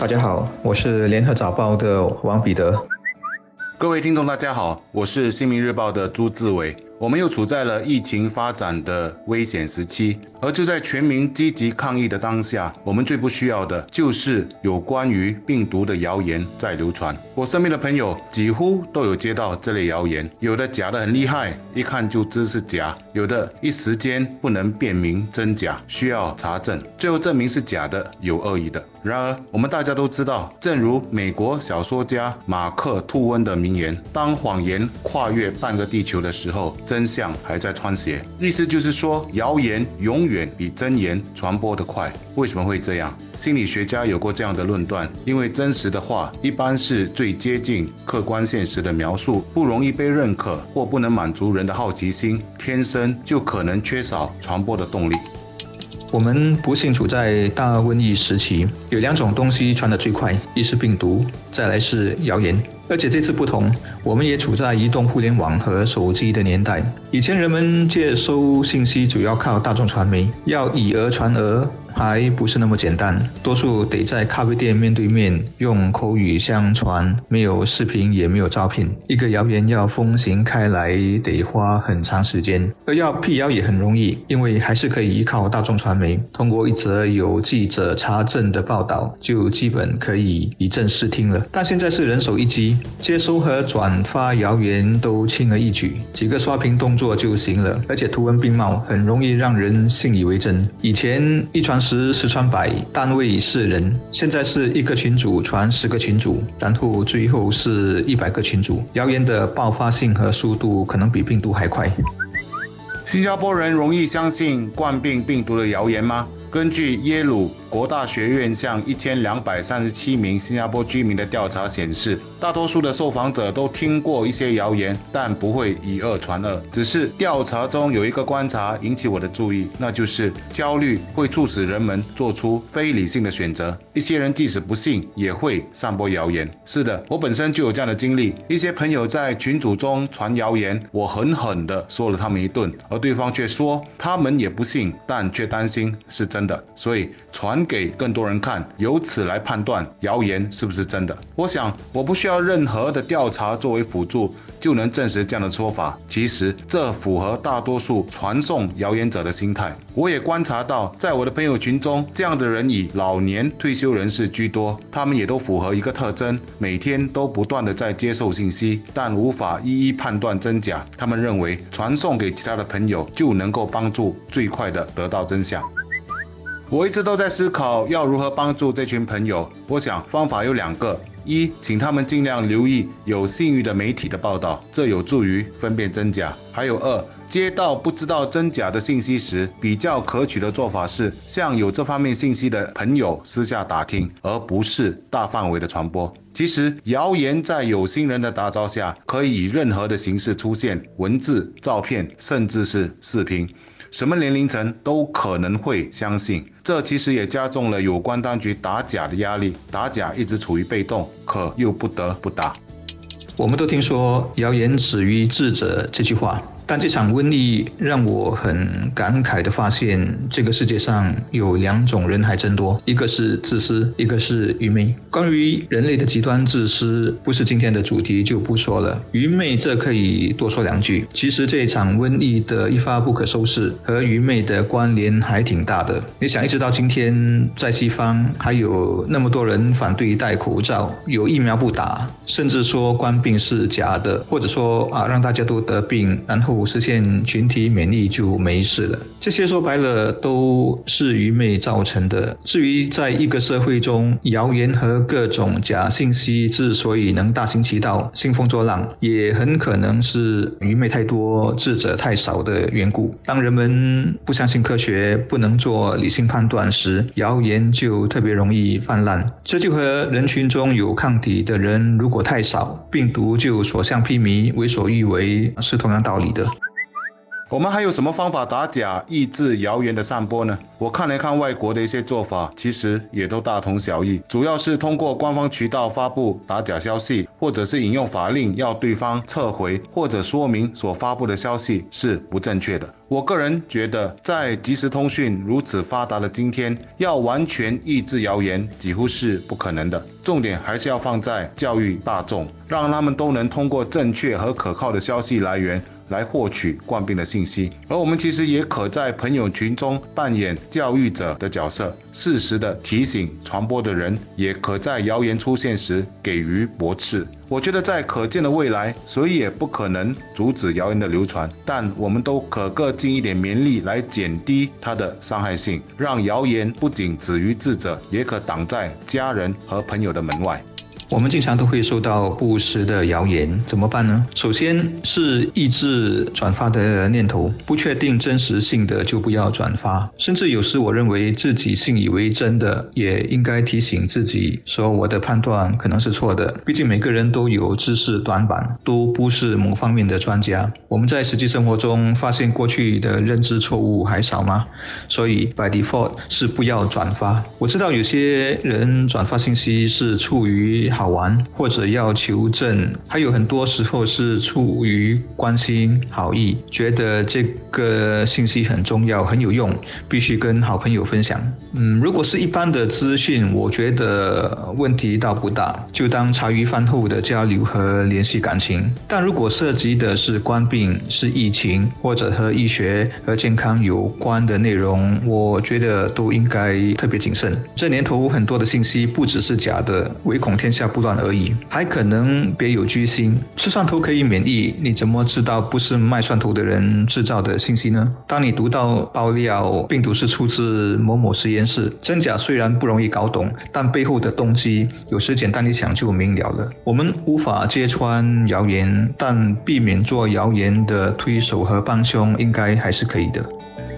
大家好，我是联合早报的王彼得。 各位听众，大家好，我是新民日报的朱志伟。我们又处在了疫情发展的危险时期，而就在全民积极抗疫的当下，我们最不需要的就是有关于病毒的谣言在流传。我身边的朋友几乎都有接到这类谣言，有的假的很厉害，一看就知是假；有的一时间不能辨明真假，需要查证，最后证明是假的，有恶意的。然而，我们大家都知道，正如美国小说家马克·吐温的名言：当谎言跨越半个地球的时候，真相还在穿鞋。意思就是说，谣言永远比真言传播得快。为什么会这样？心理学家有过这样的论断：因为真实的话一般是最接近客观现实的描述，不容易被认可，或不能满足人的好奇心，天生就可能缺少传播的动力。 我们不幸处在大瘟疫时期，有两种东西传得最快，一是病毒，再来是谣言。而且这次不同，我们也处在移动互联网和手机的年代。以前人们接收信息主要靠大众传媒，要以讹传讹还不是那么简单，多数得在咖啡店面对面用口语相传，没有视频也没有照片。一个谣言要风行开来得花很长时间，而要辟谣也很容易，因为还是可以依靠大众传媒，通过一则有记者查证的报道就基本可以以正视听了。但现在是人手一机，接收和转发谣言都轻而易举，几个刷屏动作就行了，而且图文并茂，很容易让人信以为真。以前一传十，十传百，单位是人，现在是一个群组传10个群组，然后最后是100个群组。谣言的爆发性和速度可能比病毒还快。 新加坡人容易相信冠病病毒的谣言吗？根据耶鲁国大学院向1237名新加坡居民的调查显示，大多数的受访者都听过一些谣言，但不会以讹传讹。只是调查中有一个观察引起我的注意，那就是焦虑会促使人们做出非理性的选择。一些人即使不信，也会散播谣言。是的，我本身就有这样的经历。一些朋友在群组中传谣言，我狠狠地说了他们一顿，而对方却说他们也不信，但却担心是真的，所以传给更多人看，由此来判断谣言是不是真的。我想我不需要任何的调查作为辅助就能证实这样的说法，其实这符合大多数传送谣言者的心态。我也观察到，在我的朋友群中，这样的人以老年退休人士居多，他们也都符合一个特征，每天都不断的在接受信息，但无法一一判断真假。他们认为传送给其他的朋友就能够帮助最快的得到真相。我一直都在思考要如何帮助这群朋友。我想方法有2个：一，请他们尽量留意有信誉的媒体的报道，这有助于分辨真假；还有2，接到不知道真假的信息时，比较可取的做法是向有这方面信息的朋友私下打听，而不是大范围的传播。其实谣言在有心人的打造下，可以以任何的形式出现，文字、照片，甚至是视频，什么年龄层都可能会相信。这其实也加重了有关当局打假的压力，打假一直处于被动，可又不得不打。 我们都听说谣言止于智者这句话，但这场瘟疫让我很感慨地发现，这个世界上有2种人还真多，一个是自私，一个是愚昧。关于人类的极端自私，不是今天的主题，就不说了。愚昧这可以多说2句。其实这场瘟疫的一发不可收拾和愚昧的关联还挺大的。你想，一直到今天，在西方还有那么多人反对戴口罩，有疫苗不打，甚至说冠病是假的，或者说让大家都得病，然后实现群体免疫就没事了。这些说白了都是愚昧造成的。至于在一个社会中，谣言和各种假信息之所以能大行其道、兴风作浪，也很可能是愚昧太多、智者太少的缘故。当人们不相信科学、不能做理性判断时，谣言就特别容易泛滥。这就和人群中有抗体的人如果太少，病毒就所向披靡、为所欲为是同样道理的。 我们还有什么方法打假抑制谣言的散播呢？我看了看外国的一些做法，其实也都大同小异，主要是通过官方渠道发布打假消息，或者是引用法令要对方撤回或者说明所发布的消息是不正确的。我个人觉得，在即时通讯如此发达的今天，要完全抑制谣言几乎是不可能的。重点还是要放在教育大众，让他们都能通过正确和可靠的消息来源来获取冠病的信息。而我们其实也可在朋友群中扮演教育者的角色，适时的提醒传播的人，也可在谣言出现时给予驳斥。我觉得在可见的未来，谁也不可能阻止谣言的流传，但我们都可各尽一点绵力来减低它的伤害性，让谣言不仅止于智者，也可挡在家人和朋友的门外。 我们经常都会收到不实的谣言，怎么办呢？首先是抑制转发的念头，不确定真实性的就不要转发。甚至有时我认为自己信以为真的，也应该提醒自己说我的判断可能是错的。毕竟每个人都有知识短板，都不是某方面的专家。我们在实际生活中发现过去的认知错误还少吗？所以 by default 是不要转发。我知道有些人转发信息是出于好玩或者要求证，还有很多时候是出于关心好意，觉得这个信息很重要很有用，必须跟好朋友分享。如果是一般的资讯，我觉得问题倒不大，就当茶余饭后的交流和联系感情。但如果涉及的是冠病、是疫情或者和医学和健康有关的内容，我觉得都应该特别谨慎。这年头很多的信息不只是假的，唯恐天下不乱而已，还可能别有居心。吃蒜头可以免疫，你怎么知道不是卖蒜头的人制造的信息呢？当你读到爆料病毒是出自某某实验室，真假虽然不容易搞懂，但背后的动机有时简单一想就明了了。我们无法揭穿谣言，但避免做谣言的推手和帮凶应该还是可以的。